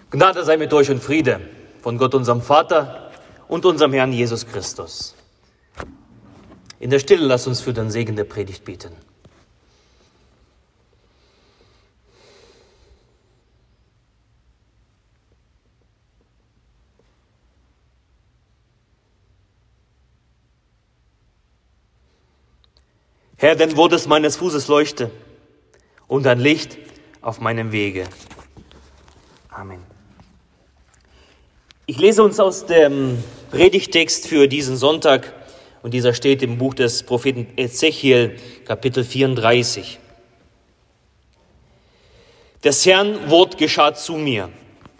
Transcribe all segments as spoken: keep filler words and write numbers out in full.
Gnade sei mit euch und Friede von Gott, unserem Vater und unserem Herrn Jesus Christus. In der Stille lasst uns für den Segen der Predigt beten. Herr, dein Wort des meines Fußes leuchte und ein Licht auf meinem Wege. Amen. Ich lese uns aus dem Predigttext für diesen Sonntag, und dieser steht im Buch des Propheten Ezechiel, Kapitel vierunddreißig. Des Herrn Wort geschah zu mir.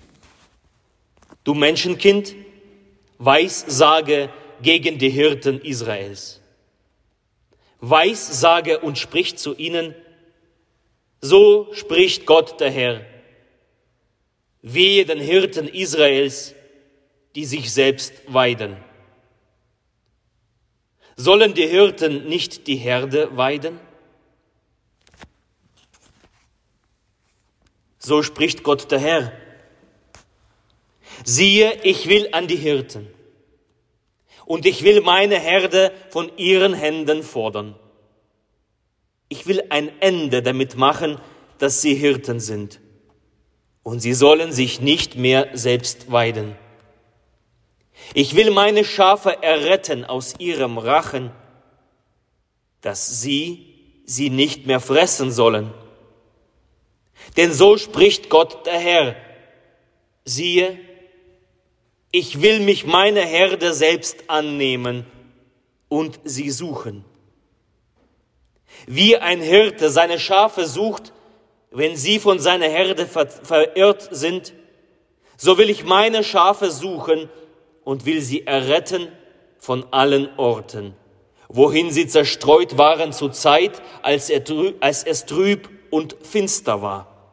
Du Menschenkind, Weissage gegen die Hirten Israels. Weissage und sprich zu ihnen, so spricht Gott der Herr. Wehe den Hirten Israels, die sich selbst weiden. Sollen die Hirten nicht die Herde weiden? So spricht Gott der Herr. Siehe, ich will an die Hirten, und ich will meine Herde von ihren Händen fordern. Ich will ein Ende damit machen, dass sie Hirten sind, und sie sollen sich nicht mehr selbst weiden. Ich will meine Schafe erretten aus ihrem Rachen, dass sie sie nicht mehr fressen sollen. Denn so spricht Gott der Herr. Siehe, ich will mich meine Herde selbst annehmen und sie suchen. Wie ein Hirte seine Schafe sucht, wenn sie von seiner Herde ver- verirrt sind, so will ich meine Schafe suchen und will sie erretten von allen Orten, wohin sie zerstreut waren zur Zeit, als, er trü- als es trüb und finster war.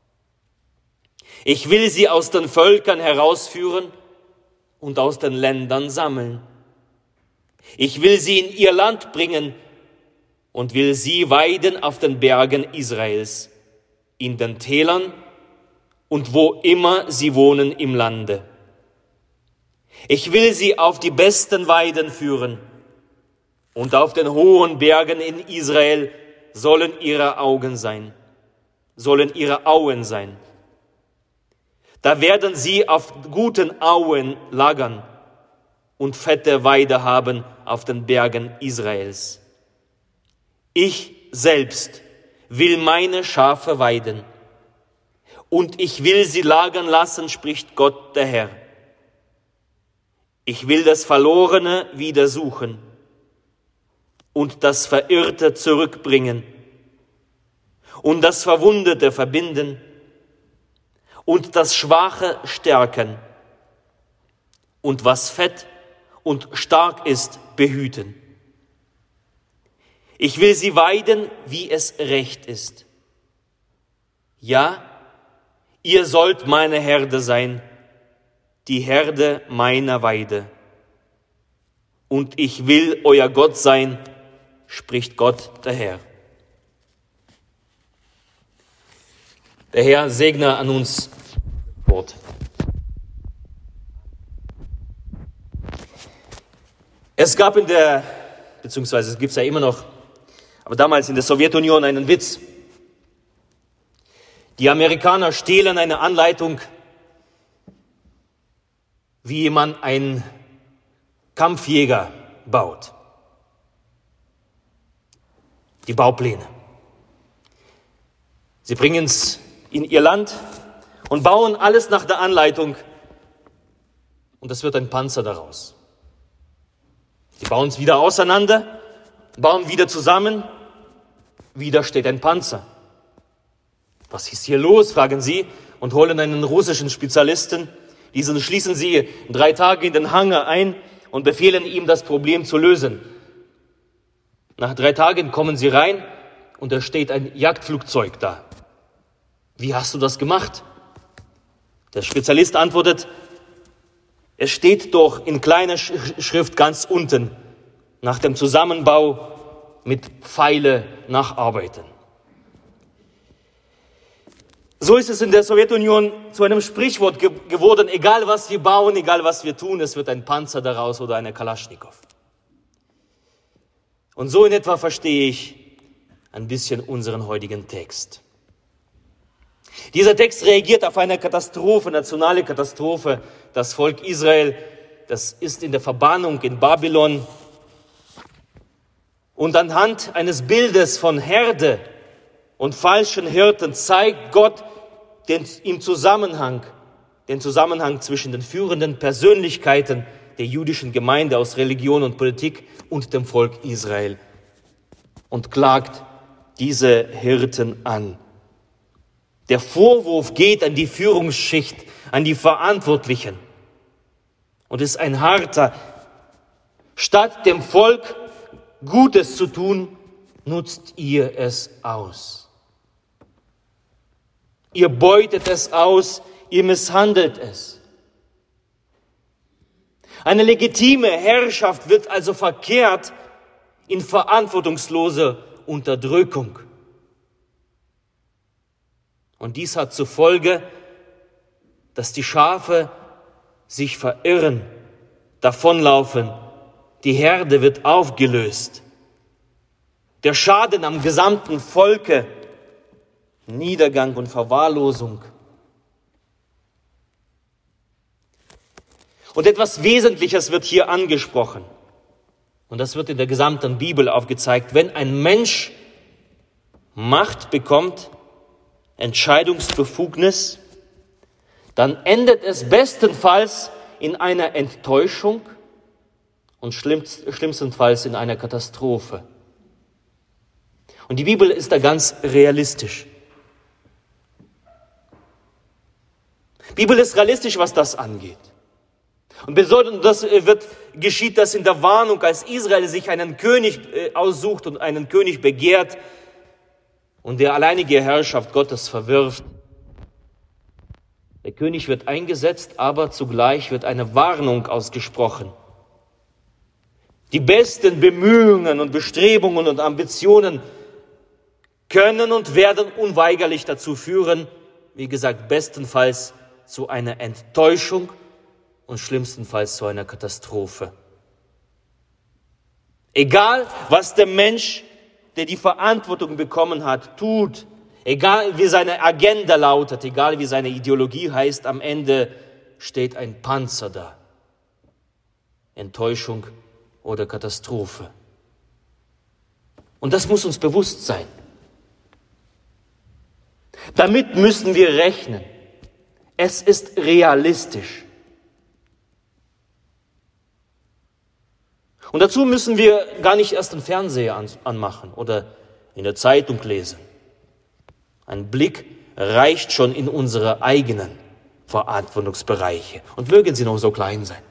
Ich will sie aus den Völkern herausführen und aus den Ländern sammeln. Ich will sie in ihr Land bringen und will sie weiden auf den Bergen Israels, in den Tälern und wo immer sie wohnen im Lande. Ich will sie auf die besten Weiden führen, und auf den hohen Bergen in Israel sollen ihre Augen sein, sollen ihre Auen sein. Da werden sie auf guten Auen lagern und fette Weide haben auf den Bergen Israels. Ich selbst will meine Schafe weiden, und ich will sie lagern lassen, spricht Gott der Herr. Ich will das Verlorene wieder suchen und das Verirrte zurückbringen und das Verwundete verbinden und das Schwache stärken und was fett und stark ist, behüten. Ich will sie weiden, wie es recht ist. Ja, ihr sollt meine Herde sein, die Herde meiner Weide. Und ich will euer Gott sein, spricht Gott der Herr. Der Herr segne an uns Wort. Es gab in der, beziehungsweise es gibt es ja immer noch, aber damals in der Sowjetunion einen Witz. Die Amerikaner stehlen eine Anleitung, wie man einen Kampfjäger baut. Die Baupläne. Sie bringen es in ihr Land und bauen alles nach der Anleitung, und es wird ein Panzer daraus. Sie bauen es wieder auseinander, bauen wieder zusammen, wieder steht ein Panzer. Was ist hier los, fragen sie und holen einen russischen Spezialisten. Diesen schließen sie drei Tage in den Hangar ein und befehlen ihm, das Problem zu lösen. Nach drei Tagen kommen sie rein und da steht ein Jagdflugzeug da. Wie hast du das gemacht? Der Spezialist antwortet, es steht doch in kleiner Schrift ganz unten, nach dem Zusammenbau mit Pfeile nacharbeiten. So ist es in der Sowjetunion zu einem Sprichwort ge- geworden, egal was wir bauen, egal was wir tun, es wird ein Panzer daraus oder eine Kalaschnikow. Und so in etwa verstehe ich ein bisschen unseren heutigen Text. Dieser Text reagiert auf eine Katastrophe, nationale Katastrophe. Das Volk Israel, das ist in der Verbannung in Babylon. Und anhand eines Bildes von Herde und falschen Hirten zeigt Gott den, im Zusammenhang, den Zusammenhang zwischen den führenden Persönlichkeiten der jüdischen Gemeinde aus Religion und Politik und dem Volk Israel und klagt diese Hirten an. Der Vorwurf geht an die Führungsschicht, an die Verantwortlichen und ist ein harter. Statt dem Volk Gutes zu tun, nutzt ihr es aus. Ihr beutet es aus, ihr misshandelt es. Eine legitime Herrschaft wird also verkehrt in verantwortungslose Unterdrückung. Und dies hat zur Folge, dass die Schafe sich verirren, davonlaufen, die Herde wird aufgelöst. Der Schaden am gesamten Volke, Niedergang und Verwahrlosung. Und etwas Wesentliches wird hier angesprochen. Und das wird in der gesamten Bibel aufgezeigt. Wenn ein Mensch Macht bekommt, Entscheidungsbefugnis, dann endet es bestenfalls in einer Enttäuschung und schlimmstenfalls in einer Katastrophe. Und die Bibel ist da ganz realistisch. Die Bibel ist realistisch, was das angeht. Und besonders das wird, geschieht das in der Warnung, als Israel sich einen König aussucht und einen König begehrt und der alleinige Herrschaft Gottes verwirft. Der König wird eingesetzt, aber zugleich wird eine Warnung ausgesprochen. Die besten Bemühungen und Bestrebungen und Ambitionen können und werden unweigerlich dazu führen, wie gesagt, bestenfalls zu einer Enttäuschung und schlimmstenfalls zu einer Katastrophe. Egal, was der Mensch, der die Verantwortung bekommen hat, tut, egal wie seine Agenda lautet, egal wie seine Ideologie heißt, am Ende steht ein Panzer da. Enttäuschung oder Katastrophe. Und das muss uns bewusst sein. Damit müssen wir rechnen. Es ist realistisch. Und dazu müssen wir gar nicht erst den Fernseher anmachen oder in der Zeitung lesen. Ein Blick reicht schon in unsere eigenen Verantwortungsbereiche. Und mögen sie noch so klein sein.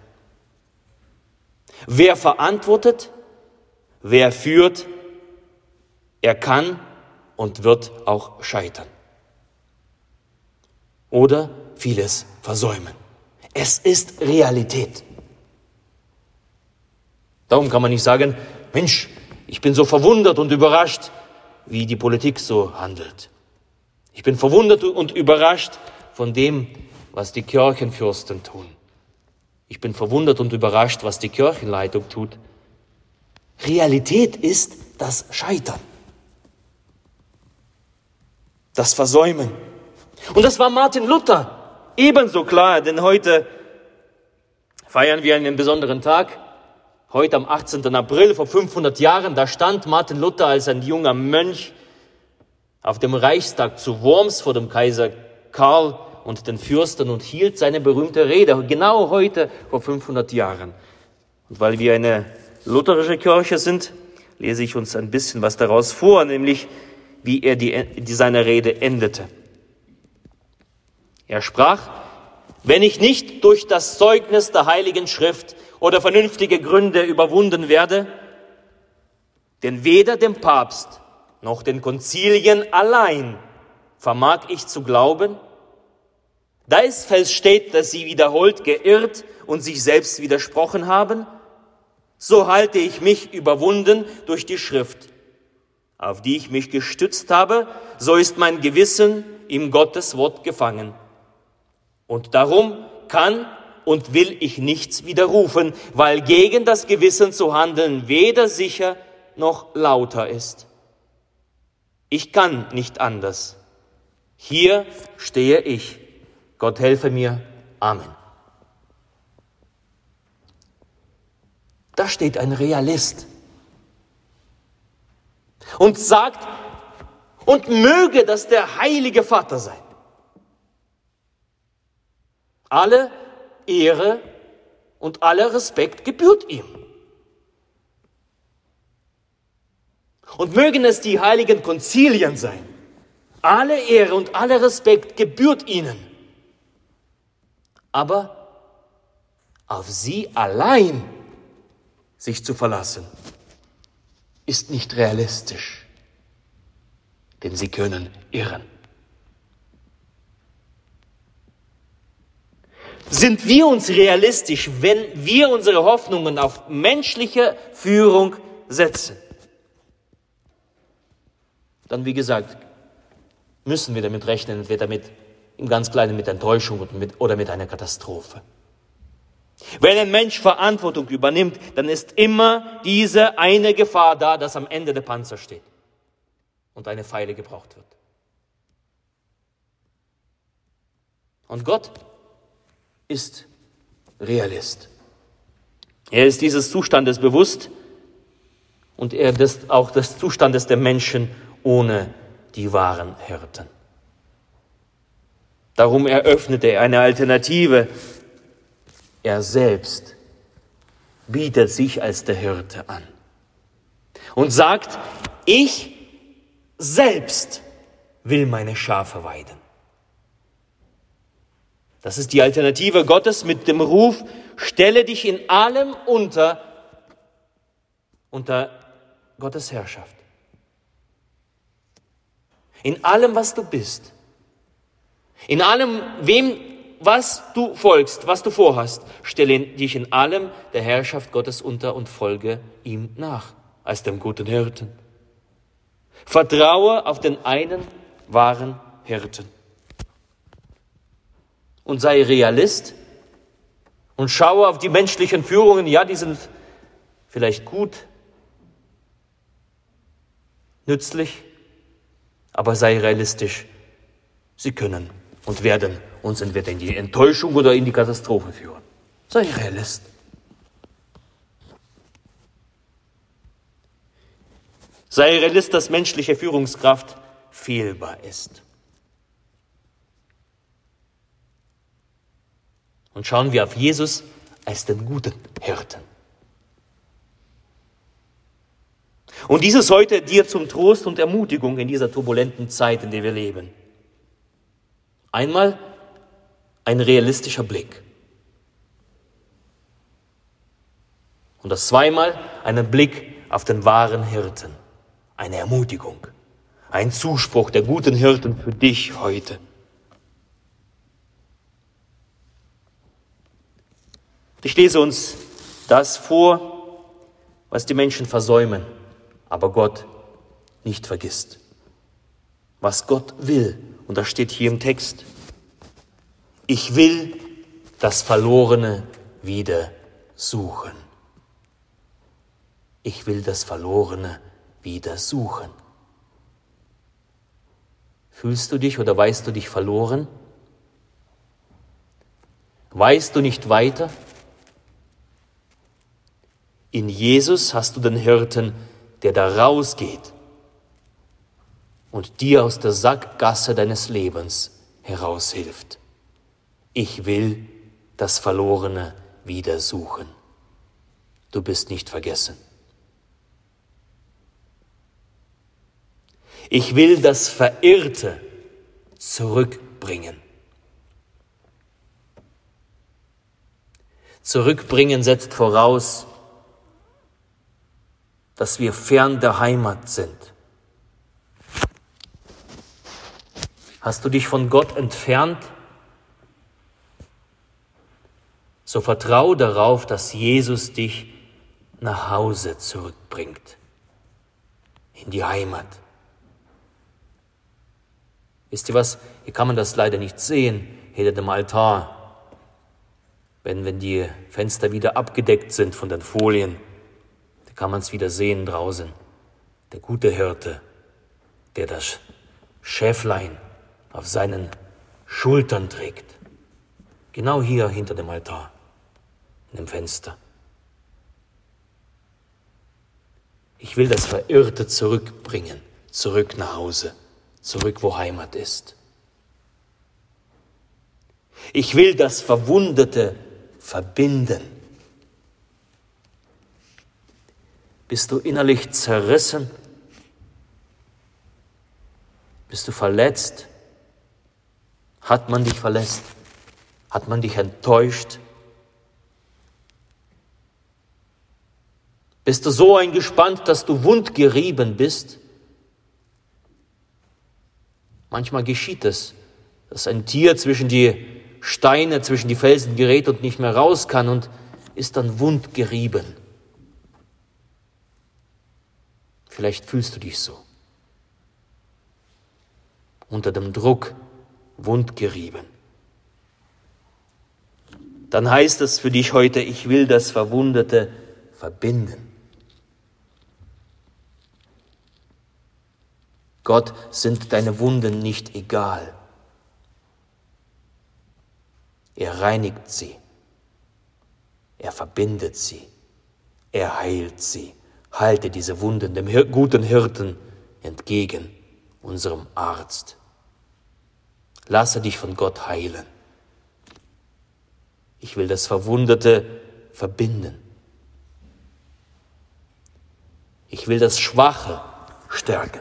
Wer verantwortet, wer führt, er kann und wird auch scheitern. Oder vieles versäumen. Es ist Realität. Darum kann man nicht sagen, Mensch, ich bin so verwundert und überrascht, wie die Politik so handelt. Ich bin verwundert und überrascht von dem, was die Kirchenfürsten tun. Ich bin verwundert und überrascht, was die Kirchenleitung tut. Realität ist das Scheitern. Das Versäumen. Und das war Martin Luther ebenso klar, denn heute feiern wir einen besonderen Tag. Heute am achtzehnten April vor fünfhundert Jahren, da stand Martin Luther als ein junger Mönch auf dem Reichstag zu Worms vor dem Kaiser Karl und den Fürsten und hielt seine berühmte Rede, genau heute vor fünfhundert Jahren. Und weil wir eine lutherische Kirche sind, lese ich uns ein bisschen was daraus vor, nämlich wie er die, die seine Rede endete. Er sprach, wenn ich nicht durch das Zeugnis der Heiligen Schrift oder vernünftige Gründe überwunden werde, denn weder dem Papst noch den Konzilien allein vermag ich zu glauben, da es feststeht, dass sie wiederholt geirrt und sich selbst widersprochen haben, so halte ich mich überwunden durch die Schrift. auf die ich mich gestützt habe, so ist mein Gewissen im Gotteswort gefangen. Und darum kann und will ich nichts widerrufen, weil gegen das Gewissen zu handeln weder sicher noch lauter ist. Ich kann nicht anders. Hier stehe ich. Gott helfe mir. Amen. Da steht ein Realist und sagt, und möge das der Heilige Vater sein. Alle Ehre und aller Respekt gebührt ihm. Und mögen es die heiligen Konzilien sein. Alle Ehre und aller Respekt gebührt ihnen. Aber auf sie allein sich zu verlassen, ist nicht realistisch. Denn sie können irren. Sind wir uns realistisch, wenn wir unsere Hoffnungen auf menschliche Führung setzen? Dann, wie gesagt, müssen wir damit rechnen, entweder mit, im ganz Kleinen mit Enttäuschung und mit, oder mit einer Katastrophe. Wenn ein Mensch Verantwortung übernimmt, dann ist immer diese eine Gefahr da, dass am Ende der Panzer steht und eine Feile gebraucht wird. Und Gott ist Realist. Er ist dieses Zustandes bewusst und er ist auch des Zustandes der Menschen ohne die wahren Hirten. Darum eröffnet er eine Alternative. Er selbst bietet sich als der Hirte an und sagt, ich selbst will meine Schafe weiden. Das ist die Alternative Gottes mit dem Ruf, stelle dich in allem unter, unter Gottes Herrschaft. In allem, was du bist. In allem, wem, was du folgst, was du vorhast, stelle dich in allem der Herrschaft Gottes unter und folge ihm nach, als dem guten Hirten. Vertraue auf den einen wahren Hirten. Und sei Realist und schaue auf die menschlichen Führungen. Ja, die sind vielleicht gut, nützlich, aber sei realistisch. Sie können und werden uns entweder in die Enttäuschung oder in die Katastrophe führen. Sei Realist. Sei Realist, dass menschliche Führungskraft fehlbar ist. Und schauen wir auf Jesus als den guten Hirten. Und dieses heute dir zum Trost und Ermutigung in dieser turbulenten Zeit, in der wir leben. Einmal ein realistischer Blick. Und das zweimal einen Blick auf den wahren Hirten. Eine Ermutigung. Ein Zuspruch der guten Hirten für dich heute. Ich lese uns das vor, was die Menschen versäumen, aber Gott nicht vergisst. Was Gott will, und das steht hier im Text. Ich will das Verlorene wieder suchen. Ich will das Verlorene wieder suchen. Fühlst du dich oder weißt du dich verloren? Weißt du nicht weiter? In Jesus hast du den Hirten, der da rausgeht und dir aus der Sackgasse deines Lebens heraushilft. Ich will das Verlorene wieder suchen. Du bist nicht vergessen. Ich will das Verirrte zurückbringen. Zurückbringen setzt voraus, dass wir fern der Heimat sind. Hast du dich von Gott entfernt? So vertrau darauf, dass Jesus dich nach Hause zurückbringt. in die Heimat. Wisst ihr was? Hier kann man das leider nicht sehen, hinter dem Altar. Wenn, wenn die Fenster wieder abgedeckt sind von den Folien, da kann man es wieder sehen draußen. Der gute Hirte, der das Schäflein auf seinen Schultern trägt. Genau hier hinter dem Altar, in dem Fenster. Ich will das Verirrte zurückbringen, zurück nach Hause, zurück, wo Heimat ist. Ich will das Verwundete verbinden. Bist du innerlich zerrissen? Bist du verletzt? Hat man dich verletzt? Hat man dich enttäuscht? Bist du so eingespannt, dass du wundgerieben bist? Manchmal geschieht es, dass ein Tier zwischen die Steine, zwischen die Felsen gerät und nicht mehr raus kann und ist dann wundgerieben. Vielleicht fühlst du dich so. Unter dem Druck wundgerieben. Dann heißt es für dich heute, ich will das Verwundete verbinden. Gott sind deine Wunden nicht egal. Er reinigt sie. Er verbindet sie. Er heilt sie. Halte diese Wunden dem Hir- guten Hirten entgegen, unserem Arzt. Lasse dich von Gott heilen. Ich will das Verwundete verbinden. Ich will das Schwache stärken.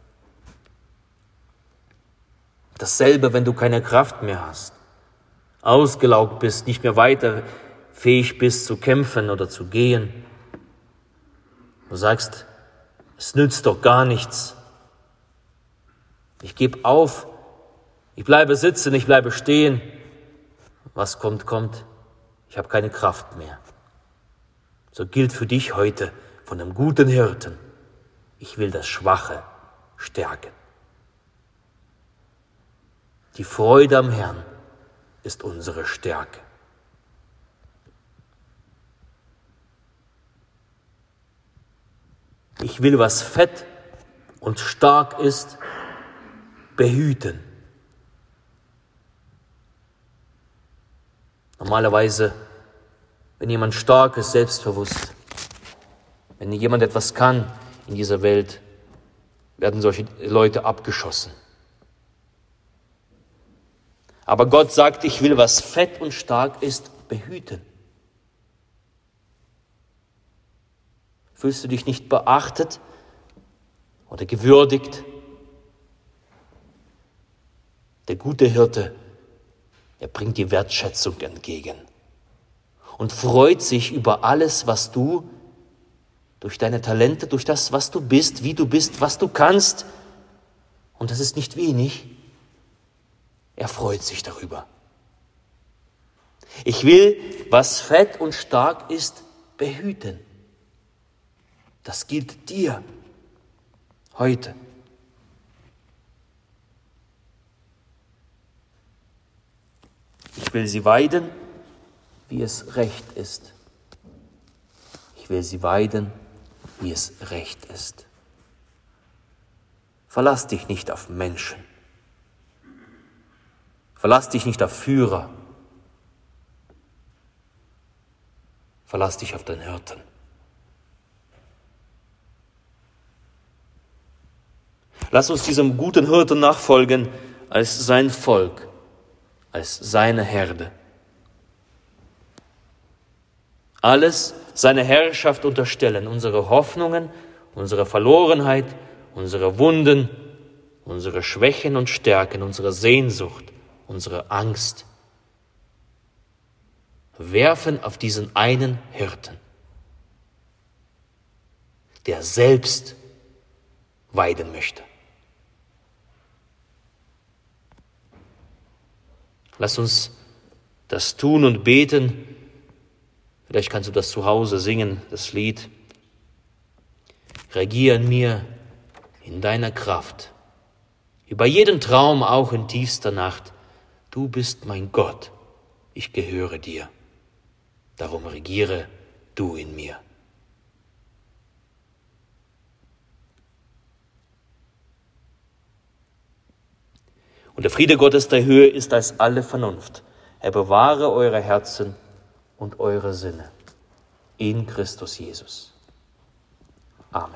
Dasselbe, wenn du keine Kraft mehr hast, ausgelaugt bist, nicht mehr weiter fähig bist zu kämpfen oder zu gehen. Du sagst, es nützt doch gar nichts. Ich gebe auf, ich bleibe sitzen, ich bleibe stehen. Was kommt, kommt. Ich habe keine Kraft mehr. So gilt für dich heute von dem guten Hirten, ich will das Schwache stärken. Die Freude am Herrn ist unsere Stärke. Ich will, was fett und stark ist, behüten. Normalerweise, wenn jemand stark ist, selbstbewusst, wenn jemand etwas kann in dieser Welt, werden solche Leute abgeschossen. Aber Gott sagt, ich will, was fett und stark ist, behüten. Fühlst du dich nicht beachtet oder gewürdigt? Der gute Hirte, er bringt die Wertschätzung entgegen und freut sich über alles, was du durch deine Talente, durch das, was du bist, wie du bist, was du kannst. Und das ist nicht wenig. Er freut sich darüber. Ich will, was fett und stark ist, behüten. Das gilt dir heute. Ich will sie weiden, wie es recht ist. Ich will sie weiden, wie es recht ist. Verlass dich nicht auf Menschen. Verlass dich nicht auf Führer. Verlass dich auf den Hirten. Lass uns diesem guten Hirten nachfolgen als sein Volk, als seine Herde. Alles seine Herrschaft unterstellen, unsere Hoffnungen, unsere Verlorenheit, unsere Wunden, unsere Schwächen und Stärken, unsere Sehnsucht, unsere Angst, werfen auf diesen einen Hirten, der selbst weiden möchte. Lass uns das tun und beten. Vielleicht kannst du das zu Hause singen, das Lied. Regier in mir, in deiner Kraft, über jeden Traum auch in tiefster Nacht. Du bist mein Gott, ich gehöre dir, darum regiere du in mir. Und der Friede Gottes der Höhe ist als alle Vernunft. Er bewahre eure Herzen und eure Sinne in Christus Jesus. Amen.